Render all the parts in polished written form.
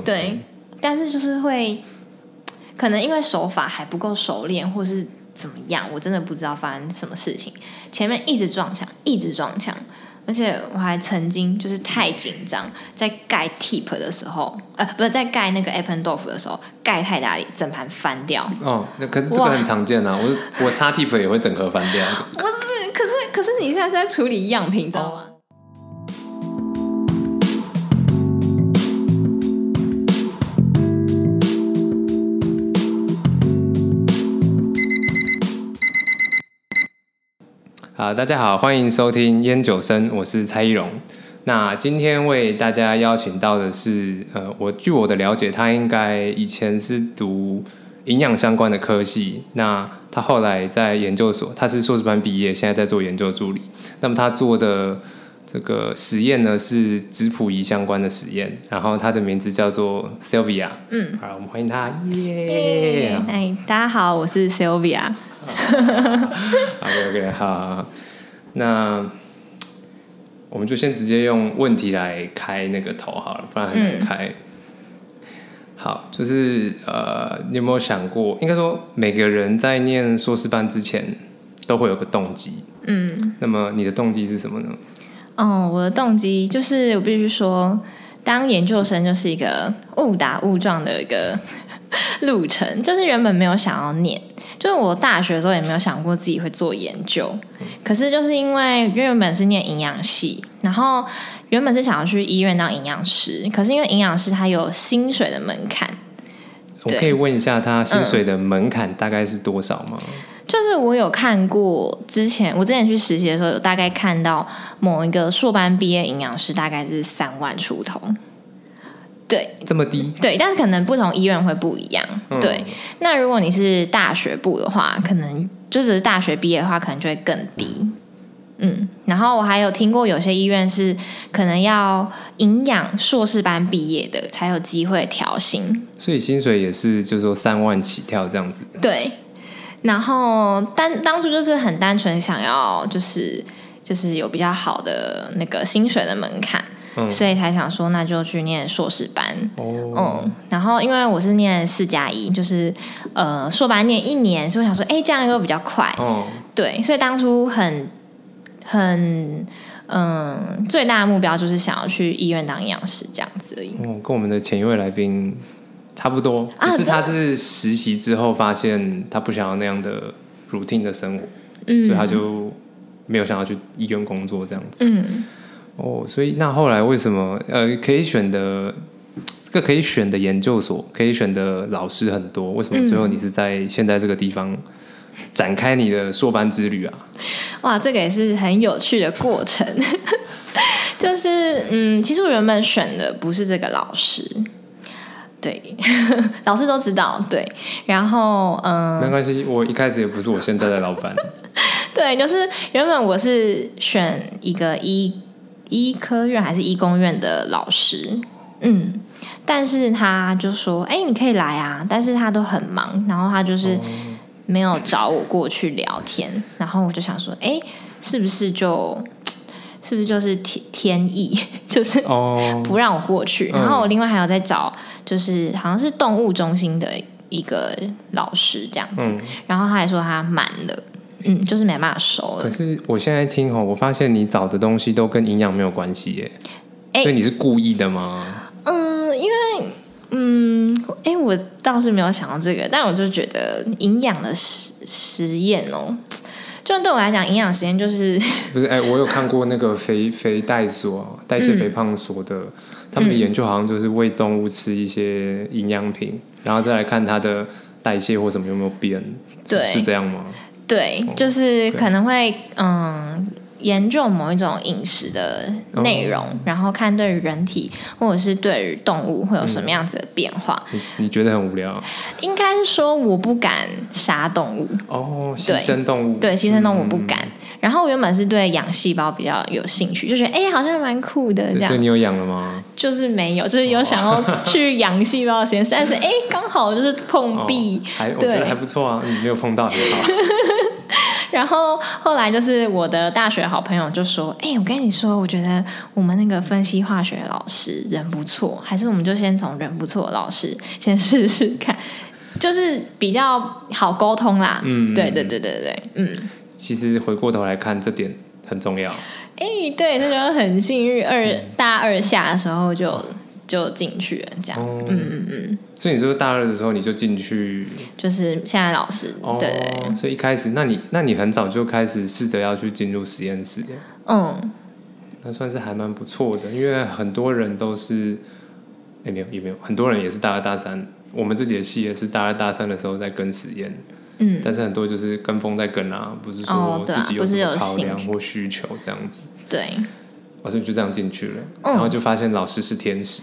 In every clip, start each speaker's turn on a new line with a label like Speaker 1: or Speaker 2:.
Speaker 1: 对，但是就是会可能因为手法还不够熟练，或是怎么样，我真的不知道发生什么事情，前面一直撞墙，一直撞墙。而且我还曾经就是太紧张，在盖 tip 的时候，不是在盖那个 Eppendorf 的时候，盖太大力，整盘翻掉。
Speaker 2: 哦，可是这个很常见啊，我插 tip 也会整盒翻掉。
Speaker 1: 不是，可是你现在是在处理样品，知道吗？
Speaker 2: 大家好，欢迎收听烟酒声，我是蔡一荣。那今天为大家邀请到的是，据我的了解，他应该以前是读营养相关的科系，那他后来在研究所，他是硕士班毕业，现在在做研究助理。那么他做的这个实验呢，是质谱仪相关的实验，然后他的名字叫做 Sylvia。好，我们欢迎他，耶！
Speaker 1: 大家好，我是 Sylvia。
Speaker 2: OK， 好，那我们就先直接用问题来开那个头好了，不然很难开。好，就是你有没有想过，应该说每个人在念硕士班之前都会有个动机，那么你的动机是什么呢？
Speaker 1: 我的动机就是我必须说，当研究生就是一个误打误撞的一个路程，就是原本没有想要念。就是我大学的时候也没有想过自己会做研究，可是就是因为原本是念营养系，然后原本是想要去医院当营养师，可是因为营养师他有薪水的门槛。
Speaker 2: 我可以问一下他薪水的门槛大概是多少吗？
Speaker 1: 就是我有看过我之前去实习的时候，有大概看到某一个硕班毕业营养师大概是3万出头。对，
Speaker 2: 这么低？
Speaker 1: 对，但是可能不同医院会不一样。对，那如果你是大学部的话，可能就只是大学毕业的话，可能就会更低。然后我还有听过有些医院是可能要营养硕士班毕业的才有机会调薪，
Speaker 2: 所以薪水也是就是说3万起跳这样子。
Speaker 1: 对，然后当初就是很单纯想要就是有比较好的那个薪水的门槛。所以才想说那就去念硕士班。然后因为我是念4+1，就是硕班念1年，所以我想说这样又比较快。对，所以当初很最大的目标就是想要去医院当营养师这样子而已。
Speaker 2: 跟我们的前一位来宾差不多，只是他是实习之后发现他不想要那样的 routine 的生活，所以他就没有想要去医院工作这样子。所以那后来为什么可以选的研究所，可以选的老师很多，为什么最后你是在现在这个地方展开你的硕班之旅啊？
Speaker 1: 哇，这个也是很有趣的过程。就是其实我原本选的不是这个老师，对，老师都知道，对，然后
Speaker 2: 没关系，我一开始也不是我现在的老板。
Speaker 1: 对，就是原本我是选一个医科院还是医工院的老师，但是他就说你可以来啊，但是他都很忙，然后他就是没有找我过去聊天，然后我就想说是不是就是天意，就是不让我过去。然后我另外还有在找就是好像是动物中心的一个老师这样子，然后他还说他满了，就是没办法收了。
Speaker 2: 可是我现在听我发现你找的东西都跟营养没有关系耶，所以你是故意的吗？
Speaker 1: 因为我倒是没有想到这个，但我就觉得营养的实验就对我来讲，营养实验就是
Speaker 2: 不是我有看过那个肥代所代谢肥胖所的，他们的研究好像就是喂动物吃一些营养品，然后再来看它的代谢或什么有没有变，是这样吗？
Speaker 1: 对，就是可能会研究某一种饮食的内容，然后看对于人体或者是对于动物会有什么样子的变化。
Speaker 2: 你觉得很无聊？
Speaker 1: 应该是说我不敢杀动物
Speaker 2: 牺牲动物。
Speaker 1: 对，牺牲动物我不敢。然后我原本是对养细胞比较有兴趣，就觉得好像蛮酷的这样。
Speaker 2: 所以你有养了吗？
Speaker 1: 就是没有，就是有想要去养细胞的实验室，但是刚好就是碰壁。
Speaker 2: 我觉得还不错啊，你没有碰到很好。
Speaker 1: 然后后来就是我的大学好朋友就说：“我跟你说，我觉得我们那个分析化学老师人不错，还是我们就先从人不错的老师先试试看，就是比较好沟通啦。”对，
Speaker 2: 其实回过头来看，这点很重要。
Speaker 1: 对，这就很幸运，大二下的时候就进去了，这样。
Speaker 2: 所以你说大二的时候你就进去，
Speaker 1: 就是现在老师。对。
Speaker 2: 所以一开始，那你很早就开始试着要去进入实验室。那算是还蛮不错的，因为很多人都是，没有，很多人也是大二大三，我们自己的系也是大二大三的时候在跟实验。但是很多就是跟风在跟啊，不是说自己有什么考量或需求这样子。
Speaker 1: 对。
Speaker 2: 所以就这样进去了，然后就发现老师是天使。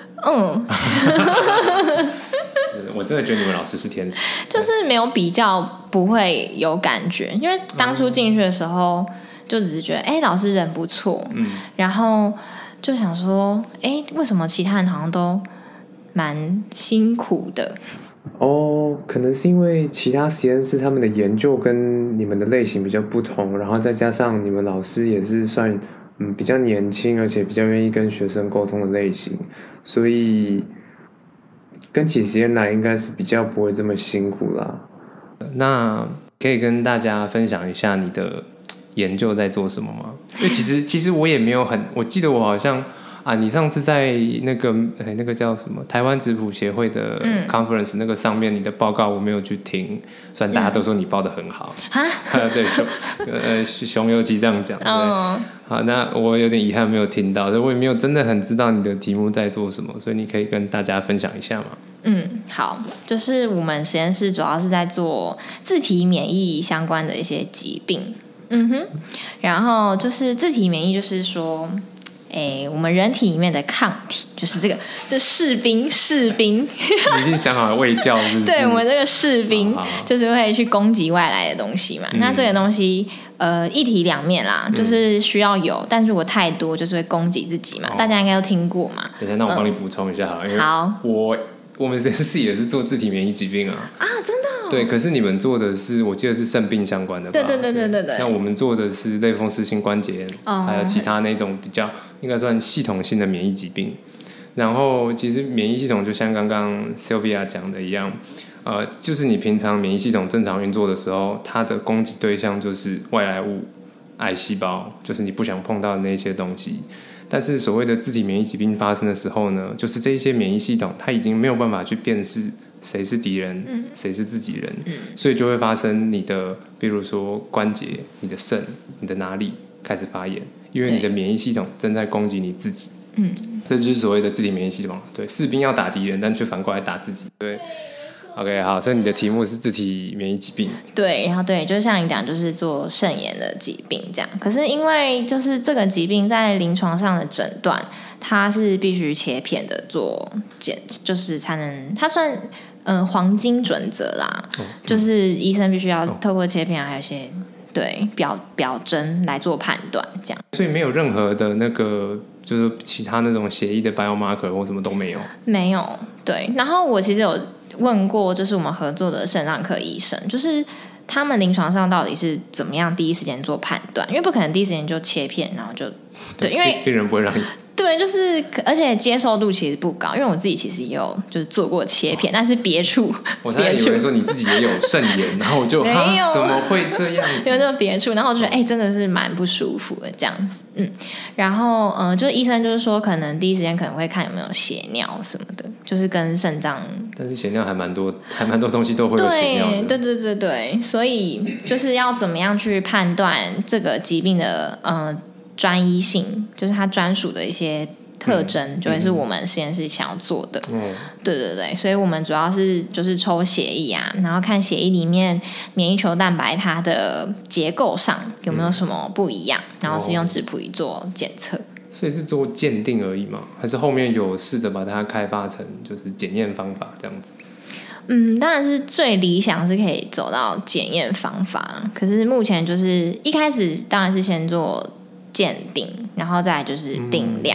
Speaker 2: 我真的觉得你们老师是天使，
Speaker 1: 就是没有比较不会有感觉，因为当初进去的时候就只是觉得老师人不错，然后就想说为什么其他人好像都蛮辛苦的。
Speaker 2: 可能是因为其他实验室他们的研究跟你们的类型比较不同，然后再加上你们老师也是算比较年轻，而且比较愿意跟学生沟通的类型，所以跟起实验来应该是比较不会这么辛苦啦。那可以跟大家分享一下你的研究在做什么吗？因为其实我也没有我记得我好像你上次在那个叫什么台湾质谱协会的 conference 那个上面，你的报告我没有去听，虽然大家都说你报得很好。对，熊尤其这样讲。好，那我有点遗憾没有听到，所以我也没有真的很知道你的题目在做什么，所以你可以跟大家分享一下吗？
Speaker 1: 好，就是我们实验室主要是在做自体免疫相关的一些疾病。然后就是自体免疫，就是说我们人体里面的抗体，就是这个就士兵你
Speaker 2: 已经想好了卫教是不是？
Speaker 1: 对，我们这个士兵就是会去攻击外来的东西嘛。那这个东西一体两面啦，就是需要有，但如果太多就是会攻击自己嘛。大家应该都听过嘛。
Speaker 2: 等一下，那我帮你补充一下好了，因为我们实验室也是做自体免疫疾病啊。
Speaker 1: 真的
Speaker 2: 对，可是你们做的是我记得是肾病相关的吧？
Speaker 1: 对。
Speaker 2: 那我们做的是类风湿性关节炎，还有其他那种比较应该算系统性的免疫疾病。然后其实免疫系统就像刚刚 Sylvia 讲的一样，就是你平常免疫系统正常运作的时候，它的攻击对象就是外来物、癌细胞，就是你不想碰到的那些东西。但是所谓的自体免疫疾病发生的时候呢，就是这些免疫系统它已经没有办法去辨识谁是敌人，谁是自己人，所以就会发生你的比如说关节、你的肾、你的哪里开始发炎，因为你的免疫系统正在攻击你自己。这就是所谓的自体免疫系统。对，士兵要打敌人，但却反过来打自己。对。OK， 好，所以你的题目是自体免疫疾病。
Speaker 1: 对，然后对，就是像你讲，就是做肾炎的疾病这样。可是因为就是这个疾病在临床上的诊断，它是必须切片的做就是才能，它算黄金准则啦。就是医生必须要透过切片，还有一些对表征来做判断这样。
Speaker 2: 所以没有任何的那个就是其他那种血液的 biomarker 或什么都没有。
Speaker 1: 没有，对。然后我其实有问过，就是我们合作的肾脏科医生，就是他们临床上到底是怎么样第一时间做判断？因为不可能第一时间就切片，然后就对，因为
Speaker 2: 病人不会让你。
Speaker 1: 对，就是而且接受度其实不高，因为我自己其实也有就是做过切片，但是别处。
Speaker 2: 我才以为说你自己也有肾炎，然后我就
Speaker 1: 没有，
Speaker 2: 怎么会这样子？
Speaker 1: 因为就别处，然后我就觉得真的是蛮不舒服的这样子。然后就是医生就是说，可能第一时间可能会看有没有血尿什么的，就是跟肾脏。
Speaker 2: 但是血尿还蛮多东西都会有血尿的。
Speaker 1: 对，所以就是要怎么样去判断这个疾病的专一性，就是它专属的一些特征，就会是我们实验室想要做的。对，所以我们主要是就是抽血液啊，然后看血液里面免疫球蛋白它的结构上有没有什么不一样，然后是用质谱仪做检测。
Speaker 2: 所以是做鉴定而已吗？还是后面有试着把它开发成就是检验方法这样子？
Speaker 1: 当然是最理想是可以走到检验方法，可是目前就是一开始当然是先做鉴定，然后再来就是定量。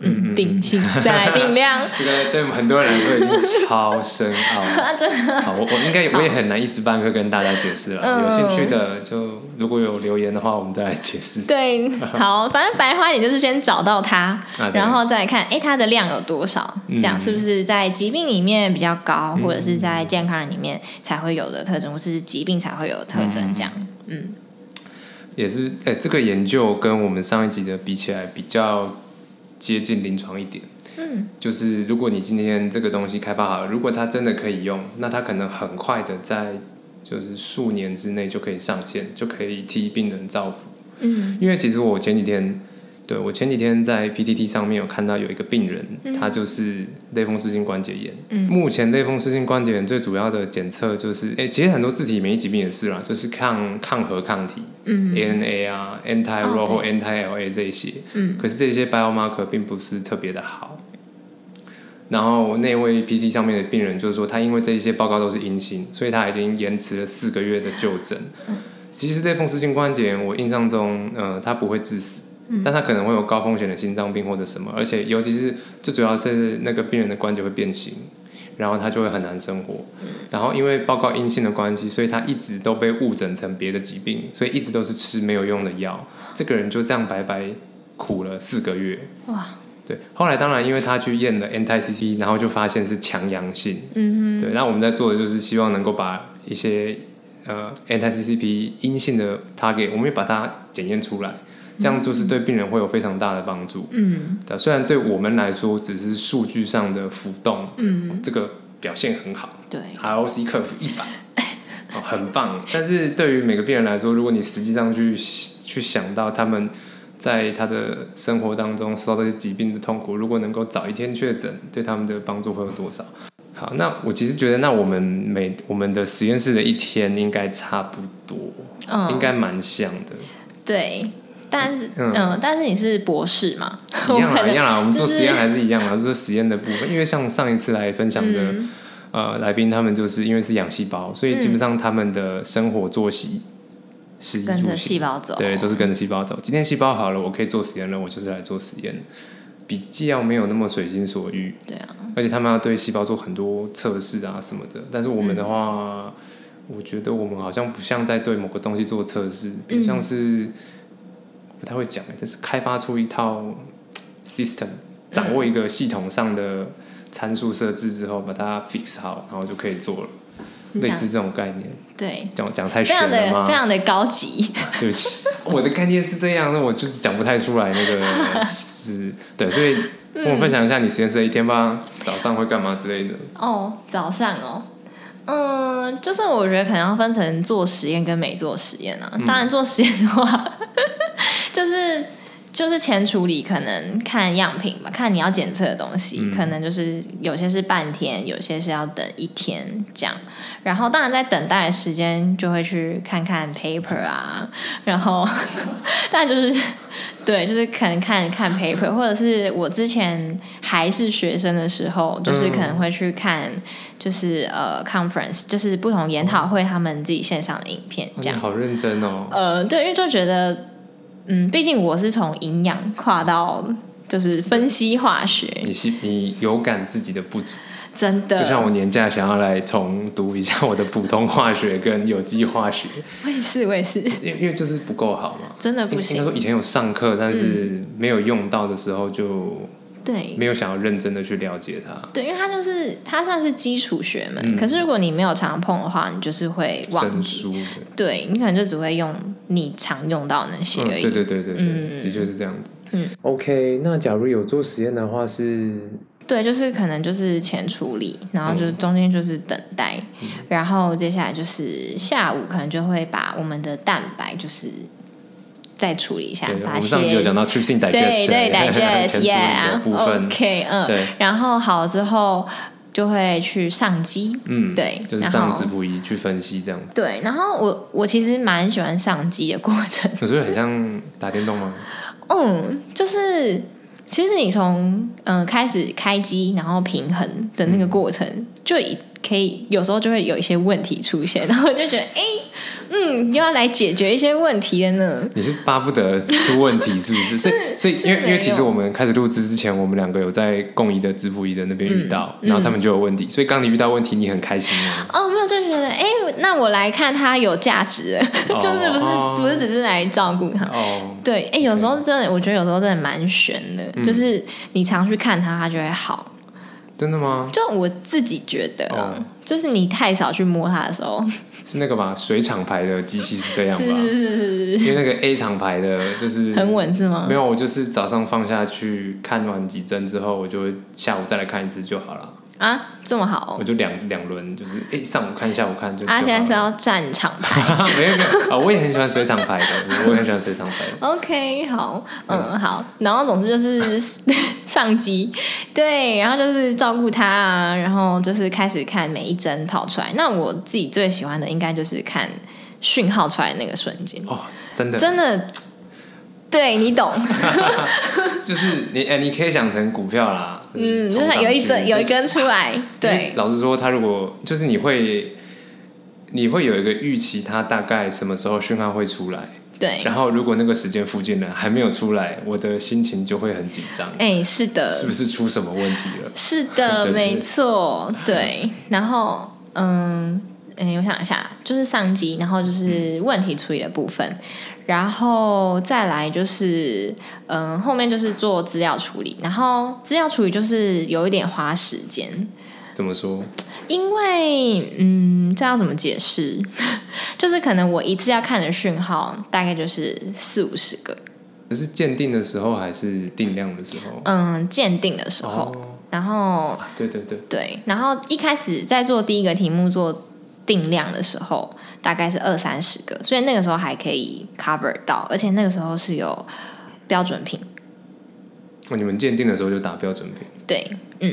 Speaker 1: 定性再来定量，
Speaker 2: 这个对很多人来说已经超深奥了。
Speaker 1: 真的
Speaker 2: 好，我也很难一时半刻跟大家解释了。有兴趣的就如果有留言的话，我们再来解释。
Speaker 1: 对，好，反正白话点就是先找到它，然后再来看，它的量有多少，这样是不是在疾病里面比较高，或者是在健康人里面才会有的特征，或是疾病才会有的特征，这样，
Speaker 2: 也是，这个研究跟我们上一集的比起来比较接近临床一点。就是如果你今天这个东西开发好了，如果它真的可以用，那它可能很快的在就是数年之内就可以上线，就可以替病人造福。因为其实我前几天在 PTT 上面有看到有一个病人，他就是类风湿性关节炎。目前类风湿性关节炎最主要的检测就是，其实很多自体免疫疾病也是啦，就是抗核抗体，ANA 啊、anti-Ro 或 anti-LA 这些。可是这些 biomarker 并不是特别的好。然后那位 PT 上面的病人就是说，他因为这些报告都是阴性，所以他已经延迟了4个月的就诊。其实类风湿性关节炎，我印象中，它不会致死。但他可能会有高风险的心脏病或者什么，而且尤其是最主要是那个病人的关节会变形，然后他就会很难生活。然后因为报告阴性的关系，所以他一直都被误诊成别的疾病，所以一直都是吃没有用的药。这个人就这样白白苦了4个月。哇！对，后来当然因为他去验了 anti-CT， 然后就发现是强阳性。对，那我们在做的就是希望能够把一些anti-CCP 阴性的 target， 我们也把它检验出来。这样就是对病人会有非常大的帮助。对，虽然对我们来说只是数据上的浮动，这个表现很好，对 ，ROC curve 100，很棒。但是对于每个病人来说，如果你实际上去想到他们在他的生活当中受到这些疾病的痛苦，如果能够早一天确诊，对他们的帮助会有多少？好，那我其实觉得，那我们的实验室的一天应该差不多，应该蛮像的。
Speaker 1: 对。但是你是博士嘛？
Speaker 2: 一样啦，我们做实验还是一样啦，就是实验的部分。因为像上一次来分享的来宾，他们就是因为是养细胞，所以基本上他们的生活作息是
Speaker 1: 跟着细胞走，
Speaker 2: 对，都是跟着细胞走。今天细胞好了，我可以做实验了，我就是来做实验，比较没有那么随心所欲。
Speaker 1: 对啊，
Speaker 2: 而且他们要对细胞做很多测试啊什么的。但是我们的话，我觉得我们好像不像在对某个东西做测试，比较像是。不太会讲，但是开发出一套 system， 掌握一个系统上的参数设置之后，把它 fix 好，然后就可以做了，类似这种概念。
Speaker 1: 对，
Speaker 2: 讲太玄了吗？
Speaker 1: 非常的高级。
Speaker 2: 对不起，我的概念是这样，那我就是讲不太出来那个是，对，所以跟我分享一下你实验室的一天吧，早上会干嘛之类的。
Speaker 1: 早上就是我觉得可能要分成做实验跟没做实验啊。当然做实验的话，就是前处理可能看样品吧，看你要检测的东西，可能就是有些是半天，有些是要等1天这样。然后当然在等待的时间就会去看看 paper 啊，然后当然就是对，就是可能看 paper， 或者是我之前还是学生的时候，就是可能会去看就是conference， 就是不同研讨会他们自己线上的影片这样。
Speaker 2: 好认真哦。
Speaker 1: 对，因为就觉得毕竟我是从营养跨到就是分析化学，
Speaker 2: 你有感自己的不足。
Speaker 1: 真的，
Speaker 2: 就像我年假想要来重读一下我的普通化学跟有机化学。
Speaker 1: 我也是，
Speaker 2: 因为就是不够好嘛，
Speaker 1: 真的不行。
Speaker 2: 应该说以前有上课，但是没有用到的时候就
Speaker 1: 对
Speaker 2: 没有想要认真的去了解它。
Speaker 1: 对，因为它算是基础学门，可是如果你没有常碰的话，你就是会忘记。生疏的，对，你可能就只会用你常用到那些而已。
Speaker 2: 对，的确是这样子。OK， 那假如有做实验的话是。
Speaker 1: 对，就是可能就是前处理，然后就中间就是等待，然后接下来就是下午可能就会把我们的蛋白就是再处理一下，把
Speaker 2: 我们上集有讲到 trypsin digest，
Speaker 1: 对 digest
Speaker 2: yeah 部分
Speaker 1: ，OK， 对，然后好了之后就会去上机，对，
Speaker 2: 就是上质谱仪去分析这样子。
Speaker 1: 对，然后我其实蛮喜欢上机的过程，
Speaker 2: 所以很像打电动吗？
Speaker 1: 就是。其实你从开始开机然后平衡的那个过程，就可以有时候就会有一些问题出现，然后就觉得又要来解决一些问题了呢。
Speaker 2: 你是巴不得出问题是不是？所以因为其实我们开始录制之前，我们两个有在共仪的质谱仪的那边遇到，然后他们就有问题，所以刚你遇到问题，你很开心吗？
Speaker 1: 没有，就觉得那我来看他有价值就是不是只是来照顾他。对，有时候真的，我觉得有时候真的蛮悬的，就是你常去看他，他就会好。
Speaker 2: 真的吗？
Speaker 1: 就我自己觉得就是你太少去摸它的时候，
Speaker 2: 是那个吧？水厂牌的机器是这样吧？
Speaker 1: 是，
Speaker 2: 因为那个 A 厂牌的就是
Speaker 1: 很稳是吗？
Speaker 2: 没有，我就是早上放下去看完几针之后，我就会下午再来看一次就好了。
Speaker 1: 啊，这么好
Speaker 2: 我就两轮，就是上午看下午看就。
Speaker 1: 现在是要站厂牌？
Speaker 2: 没有我也很喜欢水厂牌的，我也很喜欢水厂牌的。
Speaker 1: OK， 好，好，然后总之就是上机，对，然后就是照顾他啊，然后就是开始看每一针跑出来。那我自己最喜欢的应该就是看讯号出来的那个瞬间。真的。对，你懂。
Speaker 2: 就是你可以想成股票啦，
Speaker 1: 就是有一根出来。对，
Speaker 2: 老实说，它如果就是你会有一个预期，它大概什么时候讯号会出来。
Speaker 1: 对，
Speaker 2: 然后如果那个时间附近呢还没有出来，我的心情就会很紧张。
Speaker 1: 是的，
Speaker 2: 是不是出什么问题了？
Speaker 1: 是的，没错。对，然后我想一下，就是上机，然后就是问题处理的部分，然后再来就是后面就是做资料处理，然后资料处理就是有一点花时间。
Speaker 2: 怎么说？
Speaker 1: 因为这要怎么解释？就是可能我一次要看的讯号大概就是40-50个。
Speaker 2: 这是鉴定的时候还是定量的时候？
Speaker 1: 鉴定的时候。然后对，然后一开始在做第一个题目做定量的时候大概是20-30个，所以那个时候还可以 cover 到，而且那个时候是有标准品。
Speaker 2: 你们鉴定的时候就打标准品？
Speaker 1: 对，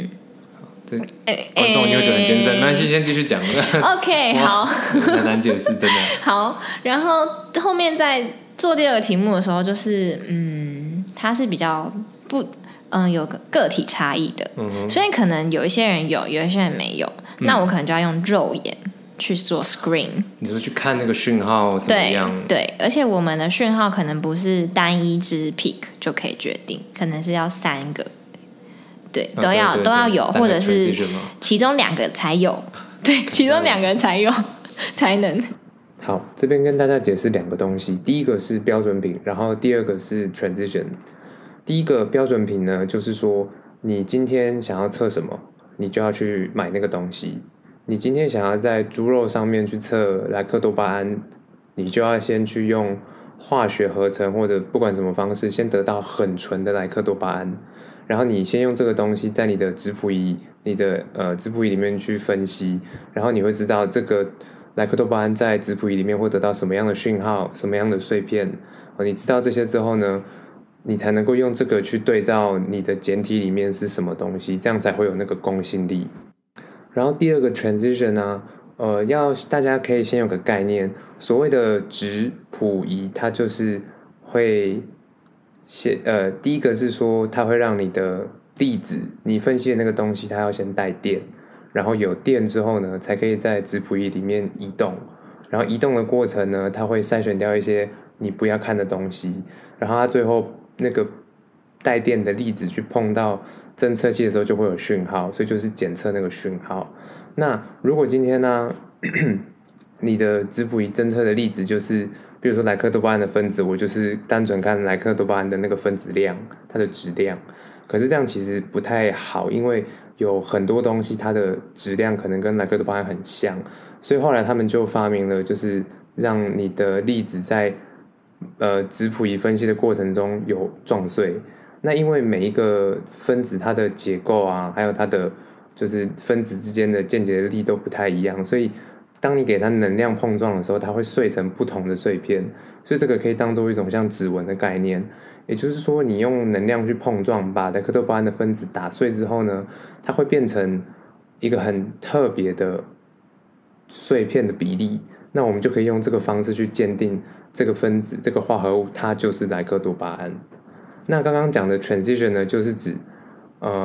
Speaker 2: 观众你会觉得很艰深，没关系，先继续讲。
Speaker 1: OK， 好，
Speaker 2: 很难解释，真的。
Speaker 1: 好，然后后面在做第二个题目的时候，就是它是比较有个体差异的，所以可能有一些人有一些人没有，那我可能就要用肉眼去做 screen。
Speaker 2: 你就是去看那个讯号怎么样？
Speaker 1: 对，而且我们的讯号可能不是单一支 peak 就可以决定，可能是要3个。对，都要有，或者是其中2个才有。对，其中2个才有才能。
Speaker 2: 好，这边跟大家解释2个东西，第一个是标准品，然后第二个是 transition。第一个标准品呢，就是说你今天想要测什么，你就要去买那个东西。你今天想要在猪肉上面去测莱克多巴胺，你就要先去用化学合成或者不管什么方式，先得到很纯的莱克多巴胺。然后你先用这个东西在你的质谱仪里面去分析，然后你会知道这个莱克多巴胺在质谱仪里面会得到什么样的讯号，什么样的碎片。你知道这些之后呢，你才能够用这个去对照你的简体里面是什么东西，这样才会有那个公信力。然后第二个 transition 呢，要大家可以先有个概念，所谓的质谱仪，它就是会第一个是说它会让你的粒子，你分析的那个东西，它要先带电，然后有电之后呢，才可以在质谱仪里面移动。然后移动的过程呢，它会筛选掉一些你不要看的东西，然后它最后那个带电的粒子去碰到侦测器的时候就会有讯号，所以就是检测那个讯号。那如果今天呢，你的质谱仪侦测的粒子就是比如说莱克多巴胺的分子，我就是单纯看莱克多巴胺的那个分子量，它的质量。可是这样其实不太好，因为有很多东西它的质量可能跟莱克多巴胺很像，所以后来他们就发明了，就是让你的粒子在质谱仪分析的过程中有撞碎。那因为每一个分子它的结构啊，还有它的就是分子之间的键结力都不太一样，所以当你给它能量碰撞的时候，它会碎成不同的碎片，所以这个可以当做一种像指纹的概念。也就是说，你用能量去碰撞，把莱克多巴胺的分子打碎之后呢，它会变成一个很特别的碎片的比例。那我们就可以用这个方式去鉴定这个分子、这个化合物，它就是莱克多巴胺。那刚刚讲的 transition 呢，就是指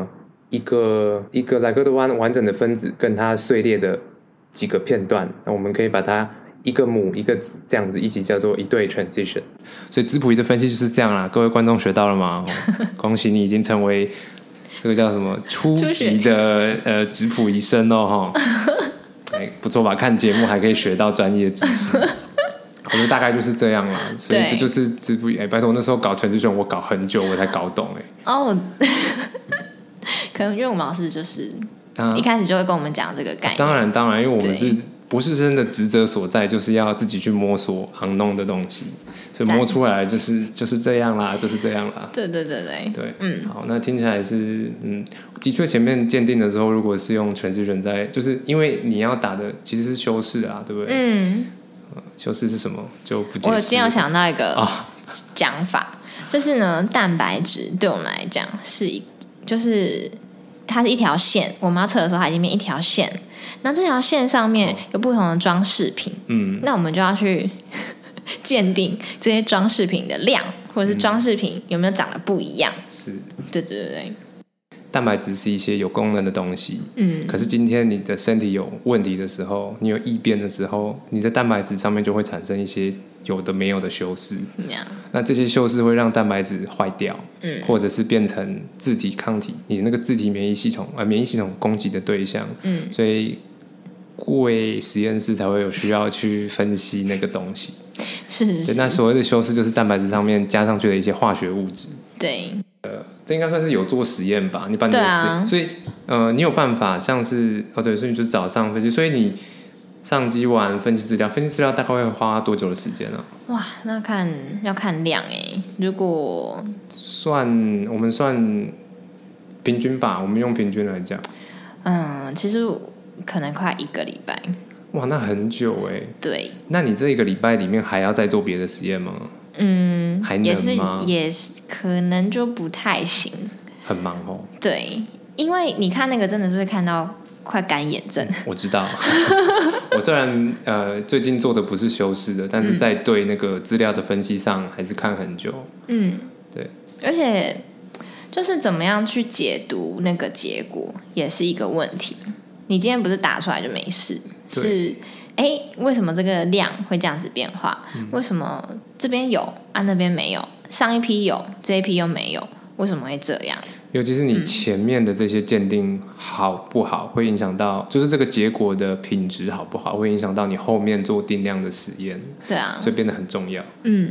Speaker 2: 一个莱克多巴胺完整的分子跟它碎裂的几个片段，那我们可以把它一个母一个子这样子一起叫做一对 transition。所以质谱仪的分析就是这样啦，各位观众学到了吗？恭喜你已经成为这个叫什么初级的质谱仪生哦，不错吧？看节目还可以学到专业知识。我觉得大概就是这样啦，所以这就是质谱仪。拜托，那时候搞 transition 我搞很久我才搞懂
Speaker 1: 可能因为我们老师就是一开始就会跟我们讲这个概念。
Speaker 2: 当然，因为我们是博士生的职责所在，就是要自己去摸索 unknown 的东西，所以摸出来就是这样啦，就是这样啦。
Speaker 1: 对，
Speaker 2: 好，那听起来是的确前面鉴定的时候，如果是用 transition 在，就是因为你要打的其实是修饰啊，对不对？修饰是什么就不解释。
Speaker 1: 我今天有想到一个讲法，就是呢，蛋白质对我们来讲就是它是一条线，我们要测的时候它已经变一条线，那这条线上面有不同的装饰品，那我们就要去鉴定这些装饰品的量，或者是装饰品有没有长得不一样。
Speaker 2: 是，
Speaker 1: 对。
Speaker 2: 蛋白质是一些有功能的东西，可是今天你的身体有问题的时候，你有异变的时候，你的蛋白质上面就会产生一些有的没有的修饰，那这些修饰会让蛋白质坏掉，或者是变成自体抗体，你那个自体免疫系统攻击的对象，所以贵实验室才会有需要去分析那个东西。
Speaker 1: 是，
Speaker 2: 那所谓的修饰就是蛋白质上面加上去的一些化学物质。
Speaker 1: 对，
Speaker 2: 这应该算是有做实验吧？你把你的实验，所以你有办法像是对，所以你就早上分析，所以你上机完分析资料大概会花多久的时间呢？
Speaker 1: 哇，那要看量如果
Speaker 2: 我们算平均吧，我们用平均来讲，
Speaker 1: 其实可能快1个礼拜。
Speaker 2: 哇，那很久
Speaker 1: 对，
Speaker 2: 那你这1个礼拜里面还要再做别的实验吗？还能吗？
Speaker 1: 也是可能就不太行，
Speaker 2: 很忙
Speaker 1: 对，因为你看那个真的是会看到快干眼症。
Speaker 2: 我知道，我虽然最近做的不是修饰的，但是在对那个资料的分析上还是看很久。对，
Speaker 1: 而且就是怎么样去解读那个结果也是一个问题。你今天不是打出来就没事，是为什么这个量会这样子变化？为什么这边有那边没有？上一批有，这一批又没有，为什么会这样？
Speaker 2: 尤其是你前面的这些鉴定好不好，会影响到就是这个结果的品质好不好，会影响到你后面做定量的实验。
Speaker 1: 对啊，
Speaker 2: 所以变得很重要。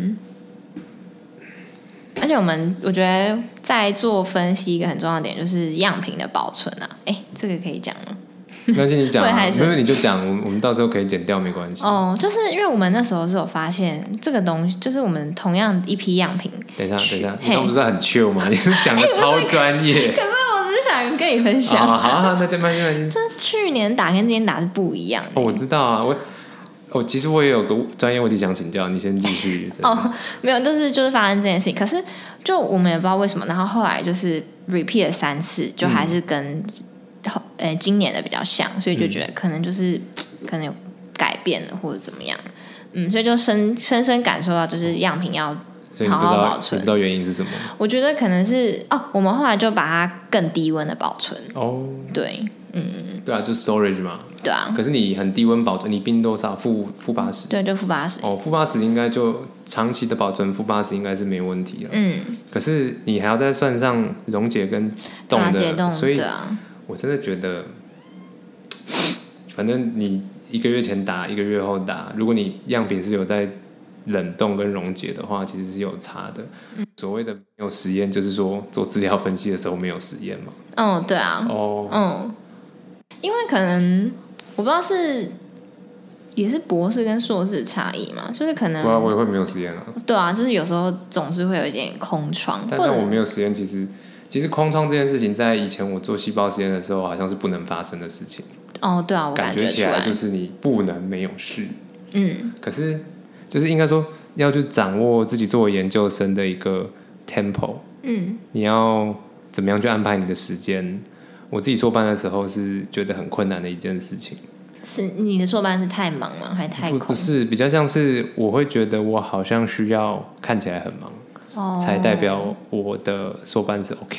Speaker 1: 而且我觉得在做分析一个很重要的点就是样品的保存啊。这个可以讲吗？
Speaker 2: 没关系，你讲因为你就讲，我们到时候可以剪掉，没关系。
Speaker 1: 就是因为我们那时候是有发现这个东西，就是我们同样一批样品。
Speaker 2: 等一下，你刚不是很 chill 吗？你讲的超专业。
Speaker 1: 可是我只是想跟你分享。
Speaker 2: 好，那就慢。
Speaker 1: 就是去年打跟今年打是不一样的。
Speaker 2: 我知道啊，其实我也有个专业问题想请教，你先继续。
Speaker 1: 没有，就是发生这件事情，可是就我们也不知道为什么，然后后来就是 repeat 了3次，就还是跟今年的比较像，所以就觉得可能就是可能有改变了或者怎么样，所以就深深感受到就是样品要好好保存。
Speaker 2: 你不知道原因是什么？
Speaker 1: 我觉得可能是我们后来就把它更低温的保存。对，
Speaker 2: 对啊，就 storage 嘛。
Speaker 1: 对啊。
Speaker 2: 可是你很低温保存，你冰多少？负80。
Speaker 1: 对，就负80。
Speaker 2: 负80应该就长期的保存，负80应该是没问题了。可是你还要再算上溶解跟冻的，所以我真的觉得，反正你1个月前打，1个月后打，如果你样品是有在冷冻跟溶解的话，其实是有差的。所谓的没有实验，就是说做资料分析的时候没有实验嘛。
Speaker 1: 对啊。因为可能我不知道也是博士跟硕士的差异嘛，就是可能。
Speaker 2: 我也会没有实验啊。
Speaker 1: 对啊，就是有时候总是会有一点空窗。
Speaker 2: 但我没有实验，其实空窗这件事情，在以前我做细胞实验的时候，好像是不能发生的事情。
Speaker 1: 对啊，我
Speaker 2: 感觉起来就是你不能没有事。可是就是应该说要去掌握自己作为研究生的一个 tempo。你要怎么样去安排你的时间？我自己硕班的时候是觉得很困难的一件事情。
Speaker 1: 是你的硕班是太忙吗？还太空？
Speaker 2: 不是，比较像是我会觉得我好像需要看起来很忙。才代表我的硕班是 OK 的。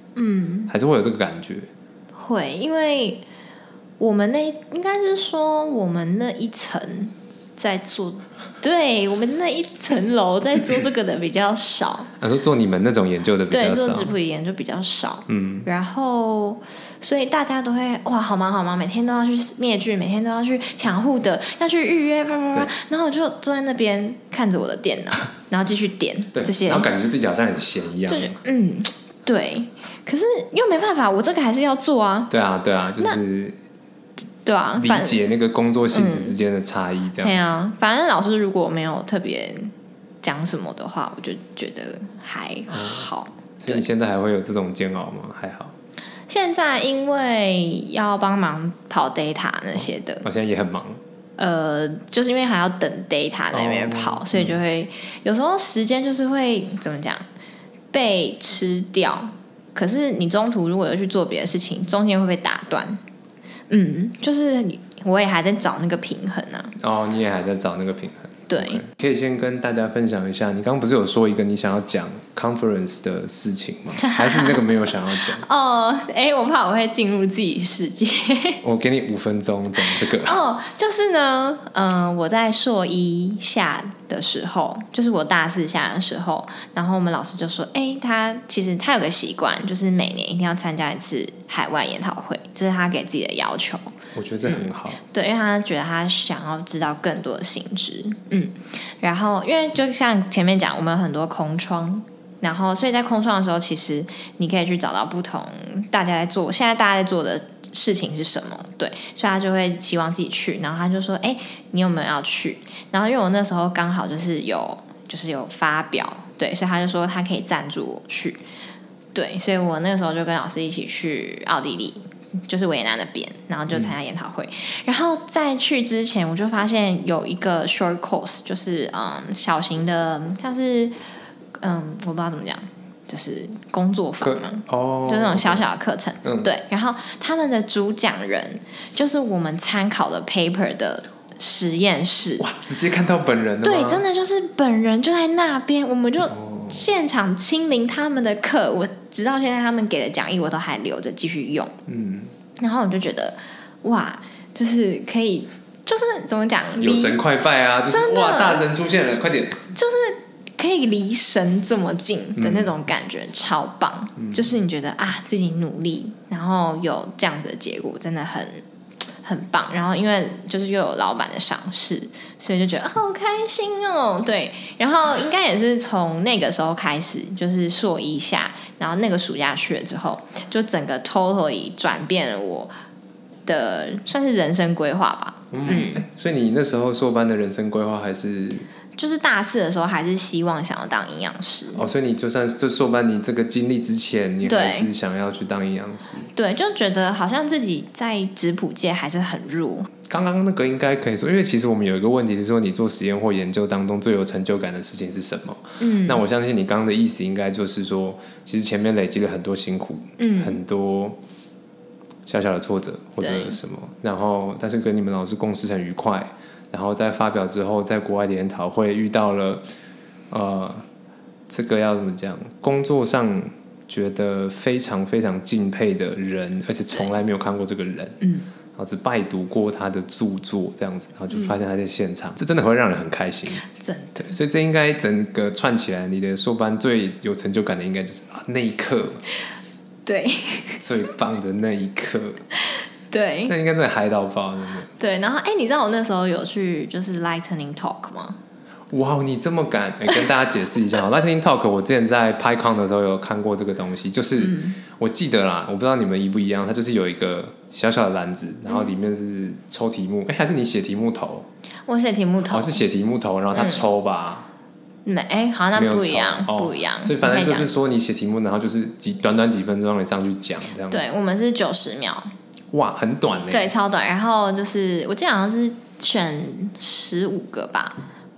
Speaker 2: 还是会有这个感觉？
Speaker 1: 会，因为我们应该是说我们那一层在做，对，我们那一层楼在做这个的比较少。
Speaker 2: 说做你们那种研究的比较少，
Speaker 1: 对，做质谱研究比较少。然后所以大家都会哇，好忙好忙，每天都要去灭菌，每天都要去抢护的，要去预约，然后我就坐在那边看着我的电脑，然后继续点这些，
Speaker 2: 然后感觉自己好像很闲一样。
Speaker 1: 对，可是又没办法，我这个还是要做啊。
Speaker 2: 对啊，就是
Speaker 1: 对啊，
Speaker 2: 理解那个工作性质之间的差异，这样。
Speaker 1: 对啊，反正老师如果没有特别讲什么的话，我就觉得还好。
Speaker 2: 所以你现在还会有这种煎熬吗？还好。
Speaker 1: 现在因为要帮忙跑 data 那些的，
Speaker 2: 我现在也很忙。
Speaker 1: 就是因为还要等 data 在那边跑，所以就会有时候时间就是会怎么讲被吃掉。可是你中途如果有去做别的事情，中间会被打断。就是我也还在找那个平衡啊。
Speaker 2: 你也还在找那个平衡。
Speaker 1: 对，
Speaker 2: 可以先跟大家分享一下，你刚刚不是有说一个你想要讲 conference 的事情吗？还是你那个没有想要讲？
Speaker 1: 我怕我会进入自己世界。
Speaker 2: 我给你5分钟讲这个。
Speaker 1: 就是呢，我在硕一下的时候，就是我大4下的时候，然后我们老师就说，他其实他有个习惯，就是每年一定要参加一次海外研讨会，这是他给自己的要求。
Speaker 2: 我觉得这很好。
Speaker 1: 对，因为他觉得他想要知道更多的新知。然后因为就像前面讲，我们有很多空窗，然后所以在空窗的时候，其实你可以去找到不同大家在做，现在大家在做的事情是什么。对，所以他就会期望自己去，然后他就说你有没有要去？然后因为我那时候刚好就是有发表，对，所以他就说他可以赞助我去。对，所以我那个时候就跟老师一起去奥地利，就是维也纳那边，然后就参加研讨会。然后在去之前，我就发现有一个 short course， 就是小型的，像是我不知道怎么讲，就是工作坊嘛，就是那种小小的课程。对，然后他们的主讲人就是我们参考的 paper 的实验室。
Speaker 2: 哇，直接看到本人了吗？
Speaker 1: 对，真的就是本人就在那边，我们就现场亲临他们的课。我直到现在他们给的讲义我都还留着继续用。然后我就觉得哇，就是可以，就是怎么讲，
Speaker 2: 有神快拜啊，就是哇，大神出现了，快点，
Speaker 1: 就是可以离神这么近的那种感觉，超棒。就是你觉得自己努力，然后有这样子的结果，真的很棒。然后因为就是又有老板的赏识，所以就觉得好开心哦。对，然后应该也是从那个时候开始，就是硕一下，然后那个暑假去了之后，就整个 totally 转变了我的算是人生规划吧。
Speaker 2: 所以你那时候硕班的人生规划还是？
Speaker 1: 就是大4的时候还是希望想要当营养师。
Speaker 2: 所以你就算就硕班，你这个经历之前，你还是想要去当营养师。
Speaker 1: 对，就觉得好像自己在质谱界还是很弱。
Speaker 2: 刚刚那个应该可以说，因为其实我们有一个问题是说，你做实验或研究当中最有成就感的事情是什么？那我相信你刚刚的意思应该就是说，其实前面累积了很多辛苦，很多小小的挫折或者什么，然后但是跟你们老师共事很愉快。然后在发表之后，在国外的研讨会遇到了，这个要怎么讲？工作上觉得非常非常敬佩的人，而且从来没有看过这个人，然后只拜读过他的著作这样子，然后就发现他在现场，这真的会让人很开心，
Speaker 1: 真的。
Speaker 2: 所以这应该整个串起来，你的硕班最有成就感的，应该就是那一刻，
Speaker 1: 对，
Speaker 2: 最棒的那一刻。
Speaker 1: 对，
Speaker 2: 那应该真的嗨到爆，真的。
Speaker 1: 对，然后你知道我那时候有去就是 Lightning Talk 吗？
Speaker 2: 哇，你这么敢！跟大家解释一下，Lightning Talk 我之前在 PyCon 的时候有看过这个东西，就是我记得啦，我不知道你们一不一样，它就是有一个小小的篮子，然后里面是抽题目，还是你写题目头？
Speaker 1: 我写题目头，
Speaker 2: 是写题目头，然后它抽吧。
Speaker 1: 好像那不一样，不一样。
Speaker 2: 所以反正就是说，你写题目，然然后就是短短几分钟让你上去讲这样子。
Speaker 1: 对，我们是90秒。
Speaker 2: 哇，很短耶。
Speaker 1: 对，超短。然后就是我记得好像是选15个吧，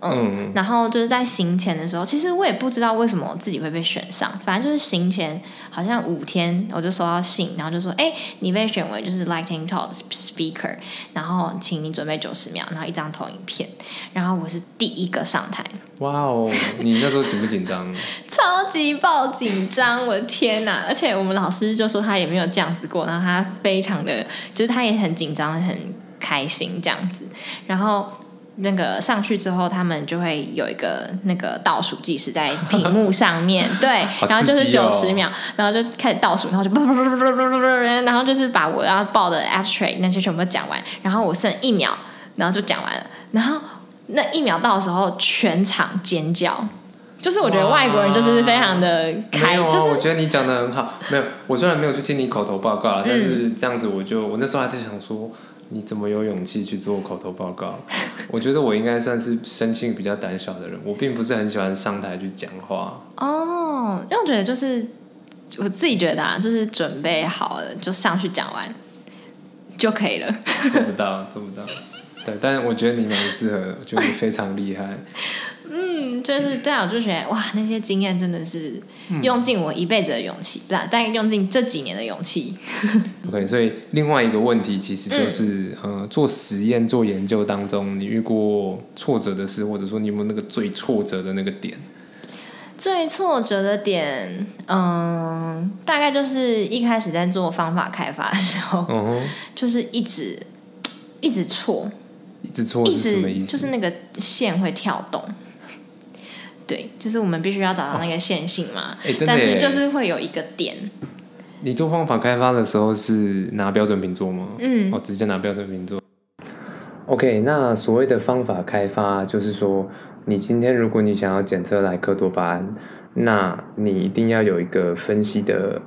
Speaker 1: 然后就是在行前的时候，其实我也不知道为什么自己会被选上，反正就是行前好像5天我就收到信，然后就说你被选为就是 Lightning Talk 的 speaker， 然后请你准备90秒，然后一张投影片，然后我是第一个上台。
Speaker 2: 哇哦，你那时候紧不紧张？
Speaker 1: 超级爆紧张，我的天哪！而且我们老师就说他也没有这样子过，然后他非常的就是他也很紧张很开心这样子，然后那个上去之后，他们就会有一个那个倒数计时在屏幕上面，对，然后就是90秒，然后就开始倒数，然后就然后就是把我要报的 abstract 那些全部都讲完，然后我剩1秒，然后就讲完了，然后那1秒到的时候，全场尖叫。就是我觉得外国人就是非常的开，就是
Speaker 2: 我觉得你讲的很好。没有，我虽然没有去听你口头报告啦，但是这样子我那时候还在想说，你怎么有勇气去做口头报告？我觉得我应该算是生性比较胆小的人，我并不是很喜欢上台去讲话。
Speaker 1: 因为我觉得就是我自己觉得就是准备好了就上去讲完就可以了。
Speaker 2: 做不到。对，但是我觉得你蛮适合的，我觉得你非常厉害。
Speaker 1: 就是这样，我就觉得哇，那些经验真的是用尽我一辈子的勇气，但用尽这几年的勇气。
Speaker 2: OK， 所以另外一个问题其实就是，做实验、做研究当中，你遇过挫折的事，或者说你有没有那个最挫折的那个点？
Speaker 1: 最挫折的点，大概就是一开始在做方法开发的时候，就是一直错。
Speaker 2: 一直错是什么意思？
Speaker 1: 就是那个线会跳动。对，就是我们必须要找到那个线性嘛，但是就是会有一个点。
Speaker 2: 你做方法开发的时候是拿标准品做吗？直接拿标准品做。OK， 那所谓的方法开发，就是说，你今天如果你想要检测莱克多巴胺，那你一定要有一个分析的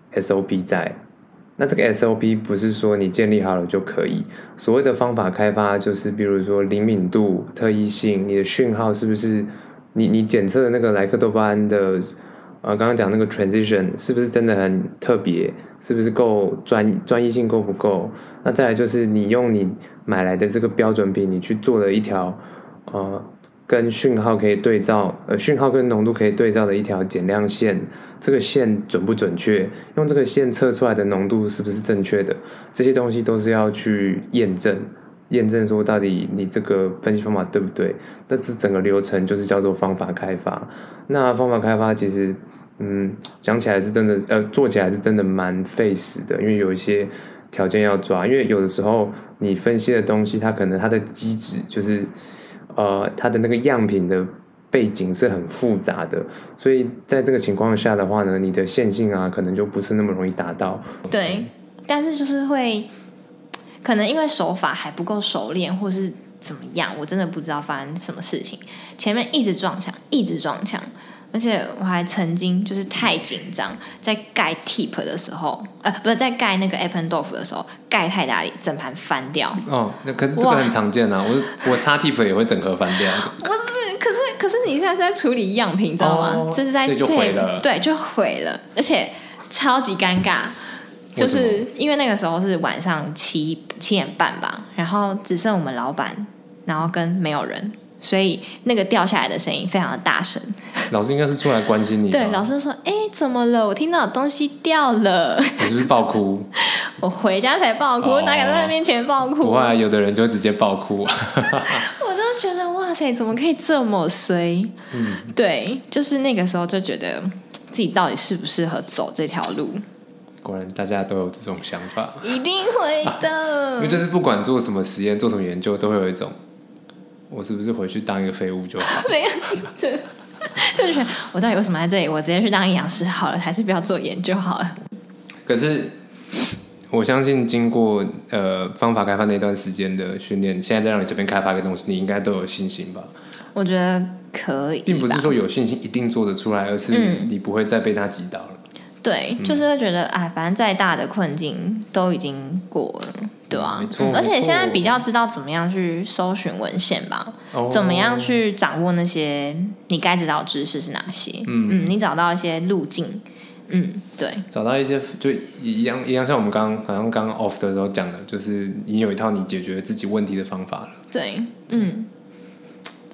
Speaker 2: SOP 在。那这个 SOP 不是说你建立好了就可以。所谓的方法开发，就是比如说灵敏度、特异性，你的讯号是不是你检测的那个莱克多巴胺的刚刚讲那个 transition 是不是真的很特别？是不是够专一性够不够？那再来就是你用你买来的这个标准品，你去做了一条跟讯号可以对照，讯号跟浓度可以对照的一条减量线，这个线准不准确？用这个线测出来的浓度是不是正确的？这些东西都是要去验证说到底你这个分析方法对不对？那这整个流程就是叫做方法开发。那方法开发其实，讲起来是真的，做起来是真的蛮费时的，因为有一些条件要抓。因为有的时候你分析的东西，它可能它的机制就是。它的那个样品的背景是很复杂的，所以在这个情况下的话呢，你的线性啊，可能就不是那么容易达到。
Speaker 1: 对，但是就是会，可能因为手法还不够熟练，或是怎么样，我真的不知道发生什么事情，前面一直撞墙，而且我还曾经就是太紧张，在盖 tip 的时候，不是在盖那个 Eppendorf 的时候，盖太大力，整盘翻掉。
Speaker 2: 可是这个很常见啊，我插 tip 也会整盒翻掉。
Speaker 1: 不是，可是你现在是在处理样品，你知道吗？就是在
Speaker 2: 所以就毁了，
Speaker 1: 对，就毁了，而且超级尴尬。就是因为那个时候是晚上7点半吧，然后只剩我们老板，然后跟没有人。所以那个掉下来的声音非常的大声，
Speaker 2: 老师应该是出来关心你。
Speaker 1: 对，老师说：“怎么了？我听到有东西掉了。”
Speaker 2: 你是不是爆哭？
Speaker 1: 我回家才爆哭，哪敢在他面前爆哭？
Speaker 2: 不会，有的人就直接爆哭。
Speaker 1: 我就觉得哇塞，怎么可以这么衰？对，就是那个时候就觉得自己到底适不适合走这条路。
Speaker 2: 果然大家都有这种想法，
Speaker 1: 一定会的。
Speaker 2: 因为就是不管做什么实验、做什么研究，都会有一种。我是不是回去当一个废物就好？
Speaker 1: 没有，就觉得我到底为什么在这里？我直接去当营养师好了，还是不要做研究好了？
Speaker 2: 可是我相信，经过方法开发那段时间的训练，现在再让你这边开发一个东西，你应该都有信心吧？
Speaker 1: 我觉得可以，
Speaker 2: 并不是说有信心一定做得出来，而是你不会再被他击倒了。
Speaker 1: 对，就是会觉得反正再大的困境都已经过了。对啊，而且现在比较知道怎么样去搜寻文献吧，怎么样去掌握那些你该知道的知识是哪些。你找到一些路径，对，
Speaker 2: 找到一些就一样像我们好像刚 off 的时候讲的，就是你有一套你解决自己问题的方法了。
Speaker 1: 对，
Speaker 2: 真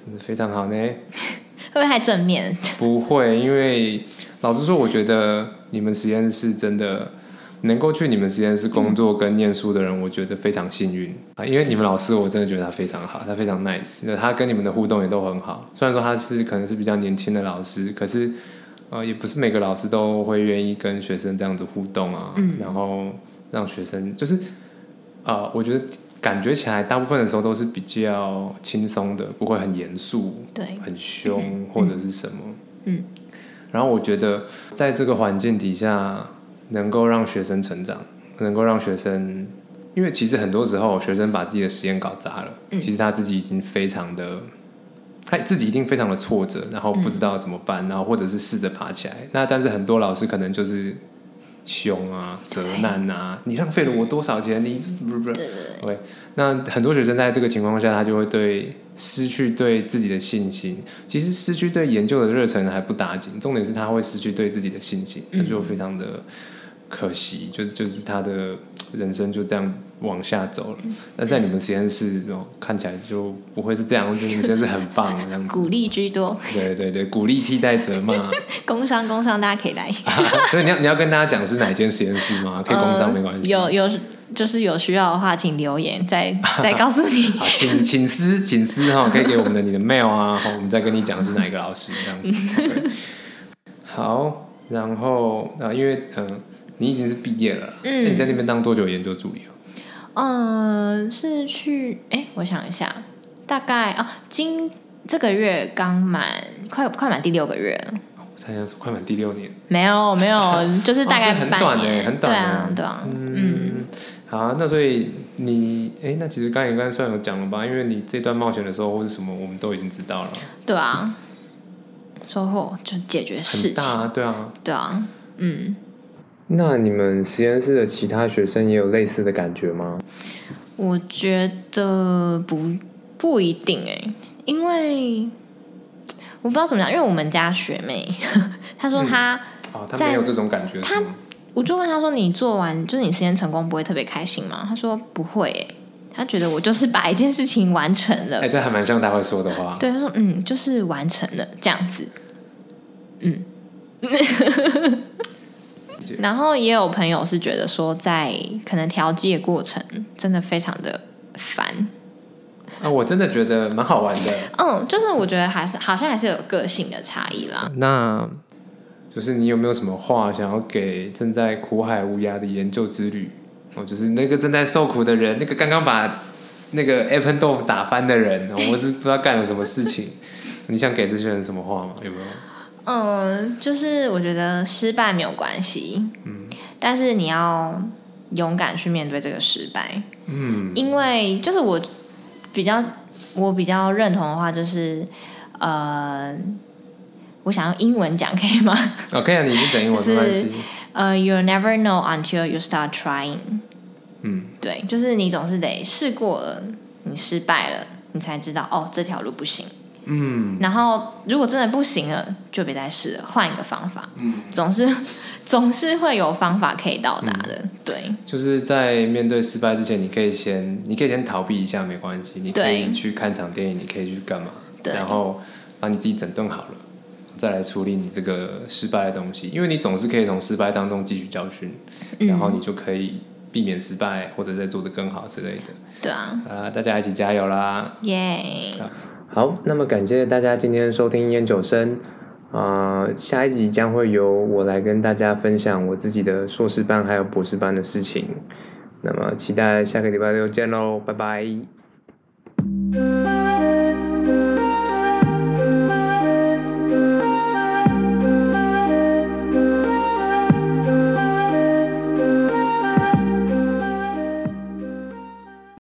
Speaker 2: 真的非常好呢。
Speaker 1: 会不会太正面？
Speaker 2: 不会，因为老实说，我觉得你们实验室真的能够去你们实验室工作跟念书的人，我觉得非常幸运啊。因为你们老师，我真的觉得他非常好，他非常 nice， 他跟你们的互动也都很好。虽然说他可能是比较年轻的老师，可是也不是每个老师都会愿意跟学生这样子互动啊，然后让学生就是我觉得感觉起来大部分的时候都是比较轻松的，不会很严肃，
Speaker 1: 对，
Speaker 2: 很凶或者是什么。然后我觉得在这个环境底下，能够让学生成长，能够让学生，因为其实很多时候学生把自己的实验搞砸了，其实他自己已经非常的。他自己一定非常的挫折，然后不知道怎么办，然后或者是试着爬起来。那但是很多老师可能就是凶啊、责难啊，你浪费了我多少钱？你不对。那很多学生在这个情况下，他就会失去对自己的信心。其实失去对研究的热忱还不打紧，重点是他会失去对自己的信心，那就非常的可惜，就是他的人生就这样往下走了。但是在你们实验室看起来就不会是这样，我觉得你们实验室很棒，这样子
Speaker 1: 鼓励居多。
Speaker 2: 对对对，鼓励替代责骂。
Speaker 1: 工商，大家可以来。
Speaker 2: 所以你要跟大家讲是哪间实验室吗？可以工商没关系。
Speaker 1: 就是有需要的话，请留言，再告诉你。
Speaker 2: 好，请私哈，可以给我们你的 mail 啊，我们再跟你讲是哪一个老师这样子。okay. 好，然后因为你已经是毕业了，你在那边当多久研究助理
Speaker 1: 是去我想一下，大概这个月刚满，快满第6个月了。
Speaker 2: 我猜一下是快满第6年。
Speaker 1: 没有，就是大概半年，
Speaker 2: 很短
Speaker 1: 对啊。
Speaker 2: 好啊，那所以你那其实刚才算有讲了吧？因为你这段冒险的时候或是什么，我们都已经知道了。
Speaker 1: 对啊，收获就是解决事情。
Speaker 2: 很大啊，对啊。
Speaker 3: 那你们实验室的其他学生也有类似的感觉吗？
Speaker 1: 我觉得不一定因为我不知道怎么讲，因为我们家学妹她说她
Speaker 2: 没有这种感觉，
Speaker 1: 我就问她说你做完就是你实验成功不会特别开心吗？她说不会她觉得我就是把一件事情完成了。
Speaker 2: 这还蛮像她会说的话。
Speaker 1: 对，她说就是完成了这样子。然后也有朋友是觉得说在可能调剂的过程真的非常的烦。
Speaker 2: 我真的觉得蛮好玩的。
Speaker 1: 就是我觉得好像还是有个性的差异啦。
Speaker 2: 那就是你有没有什么话想要给正在苦海无涯的研究之旅？就是那个正在受苦的人，那个刚刚把那个 Apple 豆腐打翻的人，我是不知道干了什么事情。你想给这些人什么话吗？有没有？
Speaker 1: 就是我觉得失败没有关系，但是你要勇敢去面对这个失败。因为就是我比较认同的话，就是我想用英文讲可以吗？
Speaker 2: 可以啊，你是讲英文没关系。
Speaker 1: You'll never know until you start trying。对，就是你总是得试过了，你失败了，你才知道这条路不行。然后如果真的不行了，就别再试了，换一个方法。总是会有方法可以到达的。对，
Speaker 2: 就是在面对失败之前，你可以先逃避一下，没关系。你可以去看场电影，你可以去干嘛？然后把你自己整顿好了，再来处理你这个失败的东西。因为你总是可以从失败当中汲取教训，然后你就可以避免失败，或者再做得更好之类的。
Speaker 1: 对啊。
Speaker 2: 大家一起加油啦！
Speaker 1: 耶！
Speaker 3: 好，那么感谢大家今天收听烟酒声。下一集将会由我来跟大家分享我自己的硕士班还有博士班的事情。那么期待下个礼拜6见喽，拜拜。